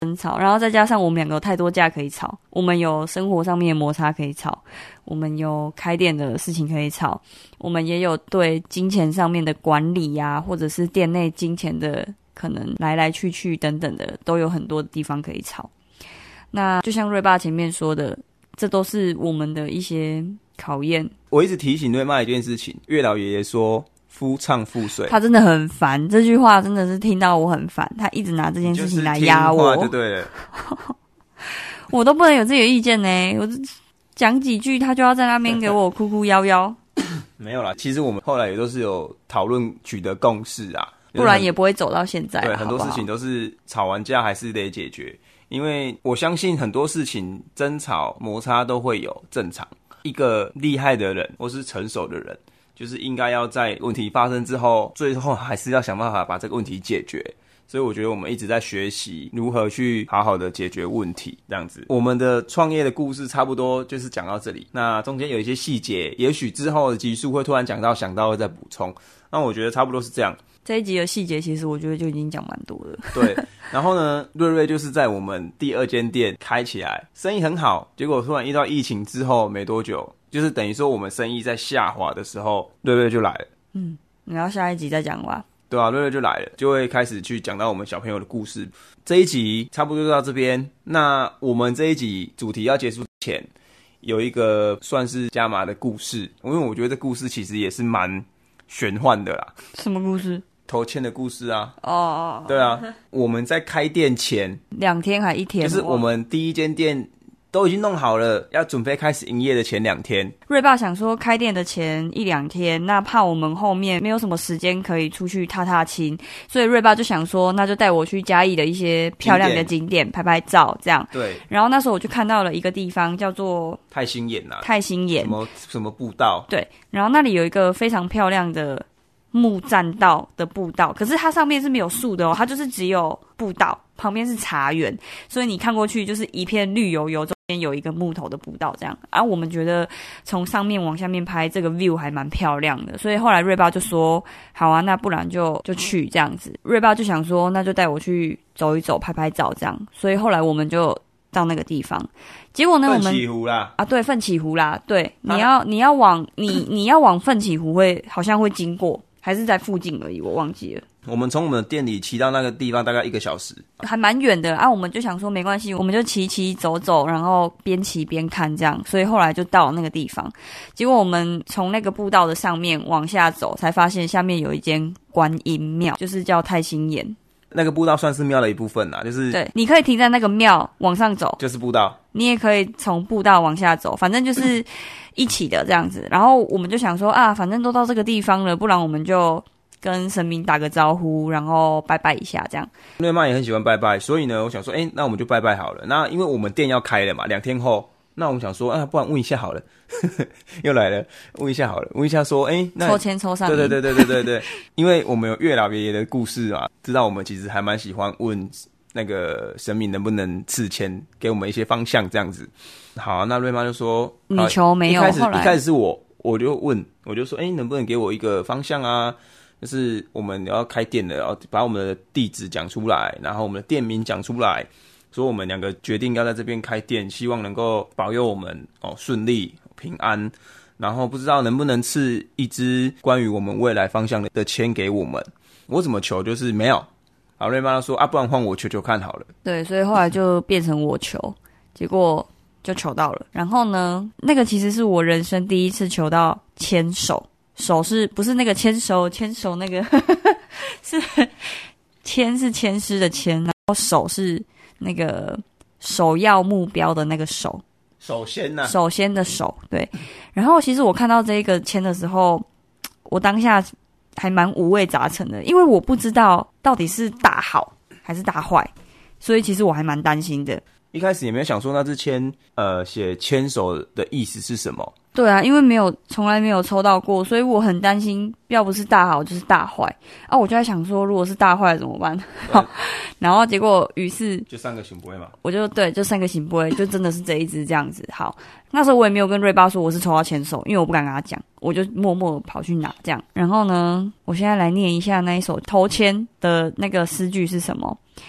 争吵，然后再加上我们两个有太多架可以吵，我们有生活上面的摩擦可以吵，我们有开店的事情可以吵，我们也有对金钱上面的管理啊，或者是店内金钱的可能来来去去等等的，都有很多的地方可以吵。那就像瑞爸前面说的，这都是我们的一些考验。 我一直提醒瑞妈一件事情，月老爷爷说夫唱妇随， 他真的很烦，这句话真的是听到我很烦，他一直拿这件事情来压我， 就对了。 我都不能有自己的意见呢，我讲几句他就要在那边给我哭哭夭夭。 没有啦，其实我们后来也都是有讨论取得共识啊， 不然也不会走到现在。 对，很多事情都是吵完架还是得解决，因为我相信很多事情争吵摩擦都会有，正常。一个厉害的人或是成熟的人，就是应该要在问题发生之后，最后还是要想办法把这个问题解决。所以我觉得我们一直在学习如何去好好的解决问题，这样子。我们的创业的故事差不多就是讲到这里，那中间有一些细节，也许之后的集数会突然讲到，想到会再补充。那我觉得差不多是这样。 这一集的细节其实我觉得就已经讲蛮多了。 对，然后呢，瑞瑞就是在我们第2间店开起来，生意很好，结果突然遇到疫情之后没多久，就是等于说我们生意在下滑的时候，瑞瑞就来了。 你要下一集再讲吧。 对啊，瑞瑞就来了，就会开始去讲到我们小朋友的故事。这一集差不多就到这边。那我们这一集主题要结束前，有一个算是加码的故事，因为我觉得这故事其实也是蛮玄幻的啦。 什么故事？ 投签的故事啊。 哦， 对啊，我们在开店前 2天还1天， 就是我们第1间店都已经弄好了，要准备开始营业的前2天， 瑞爸想说开店的前1-2天，那怕我们后面没有什么时间可以出去踏踏青，所以瑞爸就想说，那就带我去嘉义的一些漂亮的景点拍拍照，这样。 对。 然后那时候我就看到了一个地方叫做太兴眼啊， 太兴眼， 什么步道？ 对。然后那里有一个非常漂亮的木栈道的步道，可是它上面是没有树的哦，它就是只有步道，旁边是茶园，所以你看过去就是一片绿油油，中间有一个木头的步道这样。我们觉得从上面往下面拍这个 view 还蛮漂亮的，所以后来瑞爸就说好啊，那不然就去这样子。瑞爸就想说那就带我去走一走拍拍照这样，所以后来我们就到那个地方。结果呢，我们奋起湖啦对，奋起湖啦，对，你要往你要往奋起湖好像会经过，还是在附近而已，我忘记了。 我们从我们的店里骑到那个地方大概1个小时， 还蛮远的我们就想说没关系，我们就骑走走，然后边骑边看这样，所以后来就到了那个地方。结果我们从那个步道的上面往下走，才发现下面有一间观音庙，就是叫太兴岩。 那个步道算是庙的一部分啦，就是对，你可以停在那个庙往上走， 就是步道， 你也可以从步道往下走，反正就是一起的这样子。然后我们就想说反正都到这个地方了，不然我们就跟神明打个招呼，然后拜拜一下这样。 瑞妈也很喜欢拜拜，所以呢，我想说，那我们就拜拜好了。那因为我们店要开了嘛，2天后，那我们想说，不然问一下好了，又来了，问一下好了，问一下说，那抽签抽上名， 对，因为我们有月老爷爷的故事嘛，知道我们其实还蛮喜欢问那个神明能不能赐签，给我们一些方向这样子。好，那瑞妈就说， 你求没有， 一开始是我就问，我就说，能不能给我一个方向啊？就是我们要开店了，要把我们的地址讲出来，然后我们的店名讲出来，所以我们2个决定要在这边开店，希望能够保佑我们顺利平安。然后不知道能不能赐一支关于我们未来方向的签给我们。我怎么求就是没有。好，瑞妈说不然换我求求看好了。 对，所以后来就变成我求，结果就求到了。然后呢，那个其实是我人生第一次求到牵手。手是不是那个牵手那个是牵是牵丝的牵，然后手是那个首要目标的那个手， 首先的手。对，然后其实我看到这个签的时候，我当下还蛮五味杂陈的，因为我不知道到底是大好还是大坏，所以其实我还蛮担心的。 一开始也没有想说那支签写牵手的意思是什么。 对啊，因为从来没有抽到过，所以我很担心，要不是大好就是大坏我就在想说，如果是大坏怎么办？然后结果于是就3个行不会嘛， 我就3个行不会，就真的是这一支这样子。好，那时候我也没有跟瑞爸说我是抽到牵手，因为我不敢跟他讲，我就默默跑去拿这样。然后呢，我现在来念一下那一首投签的那个诗句是什么。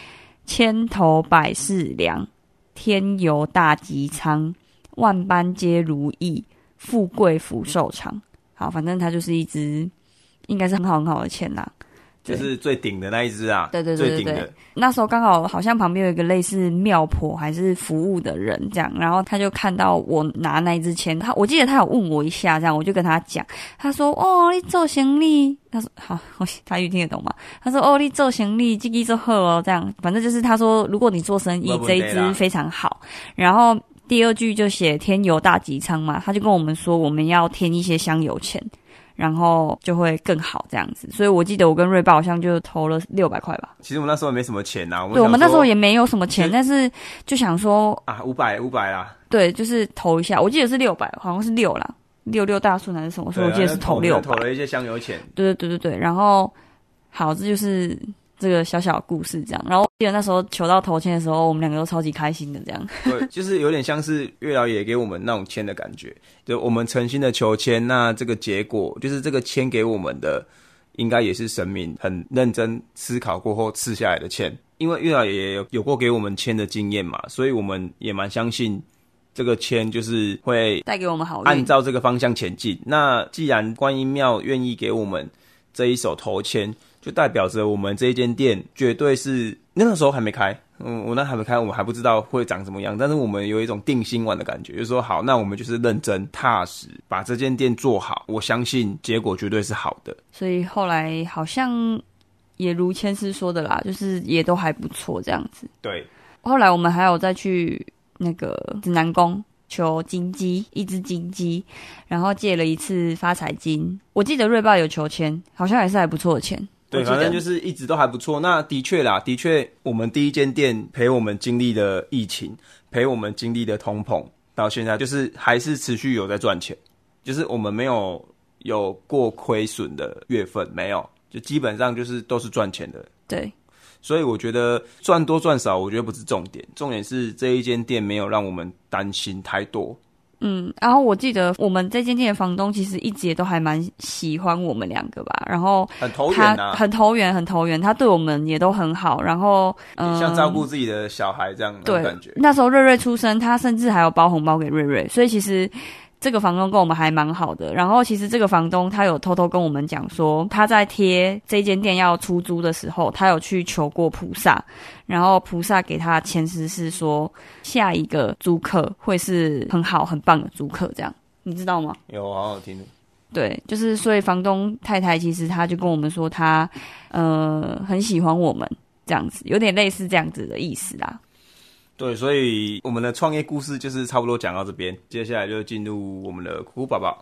千头百事良，天游大吉仓，万般皆如意，富贵福寿长。好，反正它就是一支应该是很好很好的签啦， 就是最顶的那一支啊。 对对对对对， 最顶的。 那时候刚好好像旁边有一个类似庙婆还是服务的人这样，然后他就看到我拿那一支签，我记得他有问我一下这样，我就跟他讲，他说哦你做行李，他说好，他语听得懂吗？他说哦你做行李这个做好哦这样，反正就是他说如果你做生意这一支非常好，然后第二句就写天游大吉仓嘛，他就跟我们说我们要添一些香油钱，然后就会更好这样子，所以我记得我跟瑞爸好像就投了600块吧。 其实我们那时候也没什么钱啊， 对，我们那时候也没有什么钱，但是就想说啊500啦。 对，就是投一下，我记得是600，好像是6啦，66大顺还是什么，所以我记得是投600， 投了一些香油钱。 对对对对对，然后好，这就是这个小小的故事这样。然后记得那时候求到头签的时候，我们两个都超级开心的这样。 对，就是有点像是月老爷给我们那种签的感觉，就我们诚心的求签，那这个结果就是这个签给我们的，应该也是神明很认真思考过后赐下来的签。因为月老爷有过给我们签的经验嘛，所以我们也蛮相信这个签就是会带给我们好运， 按照这个方向前进。那既然观音庙愿意给我们这一手头签，就代表着我们这一间店绝对是那个时候还没开，我那还没开，我们还不知道会长怎么样，但是我们有一种定心丸的感觉，就是说好，那我们就是认真踏实把这间店做好，我相信结果绝对是好的。 所以后来好像也如签师说的啦，就是也都还不错这样子。 对， 后来我们还有再去那个指南宫求金鸡，一只金鸡，然后借了一次发财金。我记得瑞爸有求签，好像也是还不错的签。 对，反正就是一直都还不错。那的确啦，的确，我们第一间店陪我们经历了疫情，陪我们经历了通膨，到现在就是还是持续有在赚钱，就是我们没有过亏损的月份，没有，就基本上就是都是赚钱的。 对， 所以我觉得赚多赚少，我觉得不是重点，重点是这一间店没有让我们担心太多。 然后我记得我们这间店的房东其实一直也都还蛮喜欢我们两个吧，然后很投缘啊， 很投缘，很投缘，他对我们也都很好，然后像照顾自己的小孩这样的感觉。 那时候瑞瑞出生，他甚至还有包红包给瑞瑞，所以其实这个房东跟我们还蛮好的。然后其实这个房东他有偷偷跟我们讲说，他在贴这间店要出租的时候，他有去求过菩萨，然后菩萨给他的签诗是说下一个租客会是很好很棒的租客，这样你知道吗？ 有，好好听。 对，就是所以房东太太其实他就跟我们说他很喜欢我们这样子，有点类似这样子的意思啦。 对，所以我们的创业故事就是差不多讲到这边，接下来就进入我们的酷酷宝宝。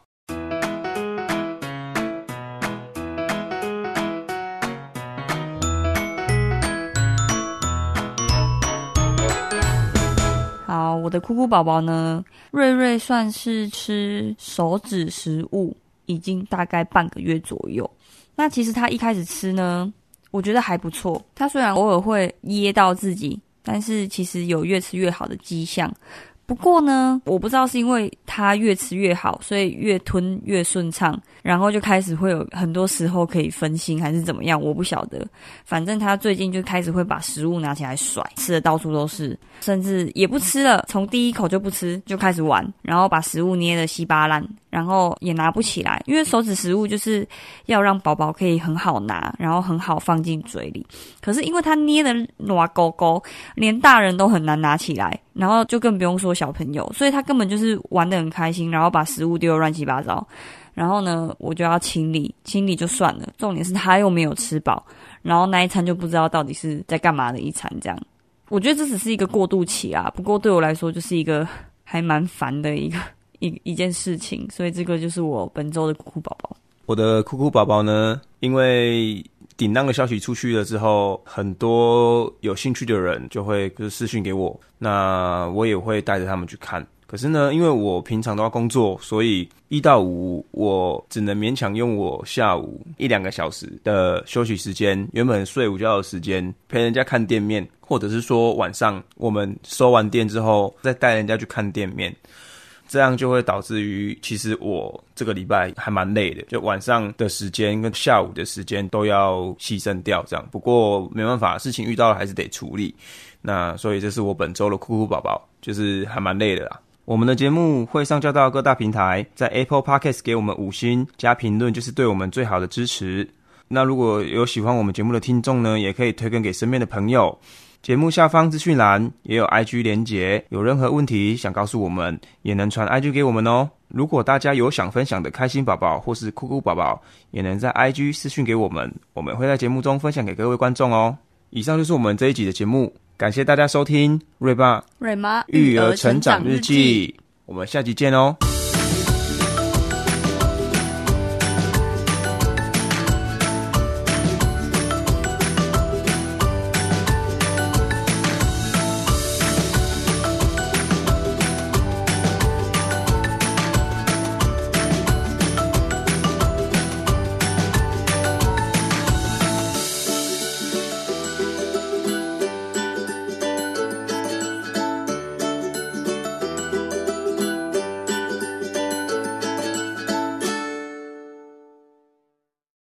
好，我的酷酷宝宝呢，瑞瑞算是吃手指食物已经大概半个月左右。那其实他一开始吃呢，我觉得还不错。他虽然偶尔会噎到自己，但是其实有越吃越好的迹象。不过呢，我不知道是因为他越吃越好，所以越吞越顺畅，然后就开始会有很多时候可以分心，还是怎么样，我不晓得。反正他最近就开始会把食物拿起来甩，吃的到处都是，甚至也不吃了，从第一口就不吃，就开始玩，然后把食物捏得稀巴烂，然后也拿不起来，因为手指食物就是要让宝宝可以很好拿，然后很好放进嘴里。可是因为他捏的软勾勾，连大人都很难拿起来，然后就更不用说小朋友，所以他根本就是玩得很开心，然后把食物丢得乱七八糟。然后呢，我就要清理就算了，重点是他又没有吃饱，然后那一餐就不知道到底是在干嘛的一餐这样。我觉得这只是一个过渡期啊，不过对我来说就是一个还蛮烦的一件事情，所以这个就是我本周的酷酷宝宝。 我的酷酷宝宝呢，因为顶当的消息出去了之后，很多有兴趣的人就会就是私讯给我，那我也会带着他们去看。可是呢，因为我平常都要工作，所以1到5我只能勉强用我下午1-2个小时的休息时间，原本睡午觉的时间陪人家看店面，或者是说晚上我们收完店之后再带人家去看店面。 这样就会导致于其实我这个礼拜还蛮累的，就晚上的时间跟下午的时间都要牺牲掉这样。不过没办法，事情遇到了还是得处理。那所以这是我本周的酷酷宝宝，就是还蛮累的啦。我们的节目会上架到各大平台，在 Apple Podcast 给我们5星加评论，就是对我们最好的支持。那如果有喜欢我们节目的听众呢，也可以推荐给身边的朋友。节目下方资讯栏也有 IG 连结，有任何问题想告诉我们，也能传 IG 给我们哦。如果大家有想分享的开心宝宝或是酷酷宝宝，也能在 IG 私讯给我们，我们会在节目中分享给各位观众哦。以上就是我们这一集的节目，感谢大家收听瑞爸瑞妈育儿成长日记，我们下集见哦。